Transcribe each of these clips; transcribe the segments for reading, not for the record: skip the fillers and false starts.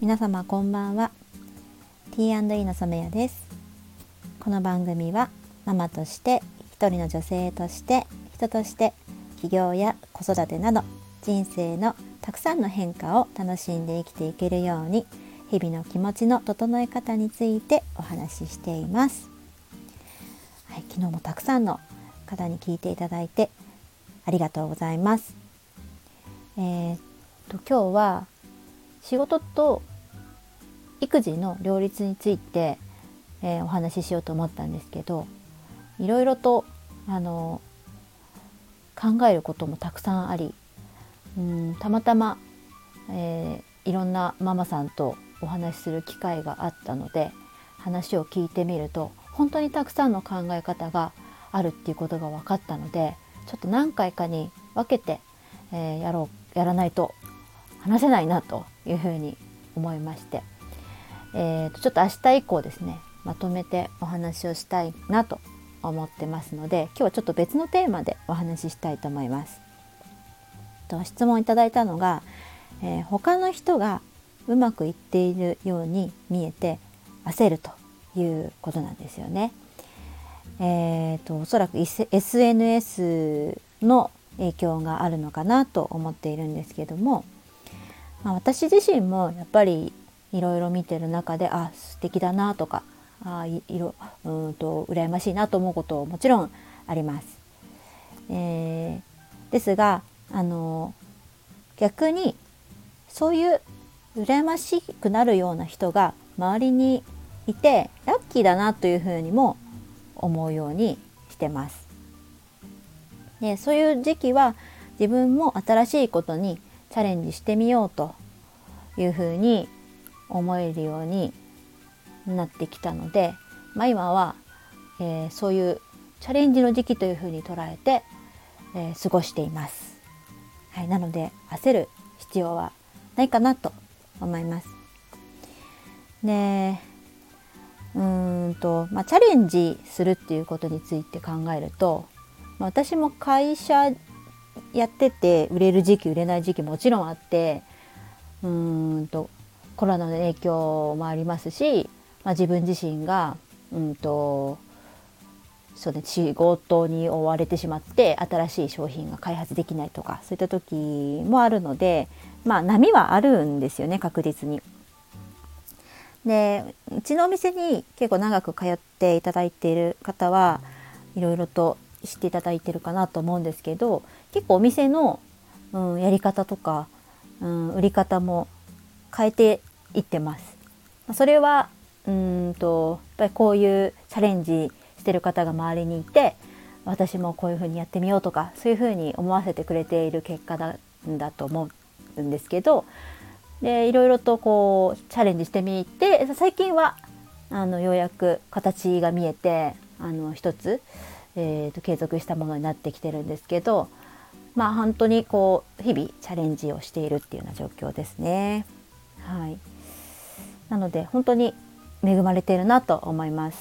皆様こんばんは。 T&E の染谷です。この番組はママとして、一人の女性として、人として、起業や子育てなど人生のたくさんの変化を楽しんで生きていけるように、日々の気持ちの整え方についてお話ししています。昨日もたくさんの方に聞いていただいてありがとうございます。今日は仕事と育児の両立について、お話ししようと思ったんですけど、いろいろと考えることもたくさんあり、たまたま、いろんなママさんとお話しする機会があったので、話を聞いてみると本当にたくさんの考え方があるっていうことが分かったので、ちょっと何回かに分けて、やらないと話せないなというふうに思いまして、ちょっと明日以降ですね、まとめてお話をしたいなと思ってますので、今日はちょっと別のテーマでお話ししたいと思います。質問いただいたのが、他の人がうまくいっているように見えて焦るということなんですよね。おそらく SNS の影響があるのかなと思っているんですけども、私自身もやっぱりいろいろ見てる中で、素敵だなとか、羨ましいなと思うこともちろんあります。ですが逆にそういう羨ましくなるような人が周りにいてラッキーだなというふうにも思うようにしてます。で、そういう時期は自分も新しいことにチャレンジしてみようというふうに思えるようになってきたので、今は、そういうチャレンジの時期というふうに捉えて、過ごしています。なので焦る必要はないかなと思います。で、チャレンジするっていうことについて考えると、私も会社やってて売れる時期売れない時期もちろんあって、コロナの影響もありますし、自分自身が仕事に追われてしまって新しい商品が開発できないとか、そういった時もあるので、波はあるんですよね、確実に。で、うちのお店に結構長く通っていただいている方はいろいろと知っていただいているかなと思うんですけど、結構お店の、やり方とか、売り方も変えていってます。それはやっぱりこういうチャレンジしてる方が周りにいて、私もこういうふうにやってみようとか、そういうふうに思わせてくれている結果なんだと思うんですけど、でいろいろとこうチャレンジしてみて、最近はようやく形が見えて一つ、継続したものになってきてるんですけど、本当にこう日々チャレンジをしているっていうような状況ですね。なので本当に恵まれているなと思います。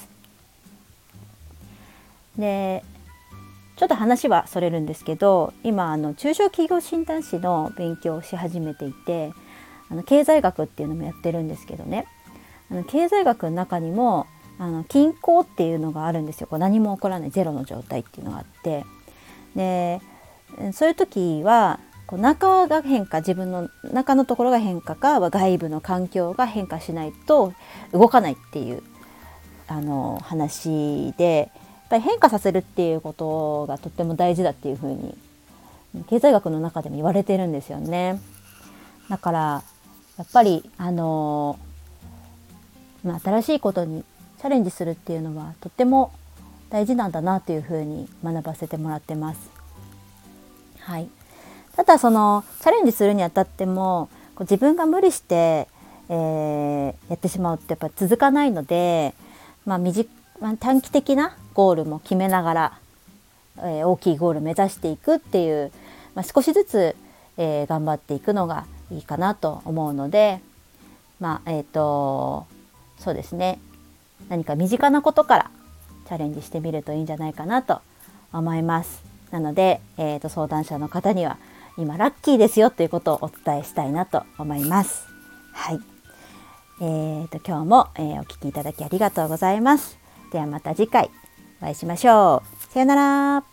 で、ちょっと話はそれるんですけど、今中小企業診断士の勉強をし始めていて、経済学っていうのもやってるんですけどね、経済学の中にも均衡っていうのがあるんですよ。何も起こらないゼロの状態っていうのがあって、でそういう時は中が変化、自分の中のところが変化か外部の環境が変化しないと動かないっていう話で、やっぱり変化させるっていうことがとっても大事だっていうふうに経済学の中でも言われてるんですよね。だからやっぱり新しいことにチャレンジするっていうのはとっても大事なんだなというふうに学ばせてもらってます。ただチャレンジするにあたっても自分が無理して、やってしまうってやっぱ続かないので、短期的なゴールも決めながら、大きいゴールを目指していくっていう、少しずつ、頑張っていくのがいいかなと思うので、そうですね、何か身近なことからチャレンジしてみるといいんじゃないかなと思います。なので、相談者の方には今ラッキーですよということをお伝えしたいなと思います。 今日も、お聞きいただきありがとうございます。ではまた次回お会いしましょう。さよなら。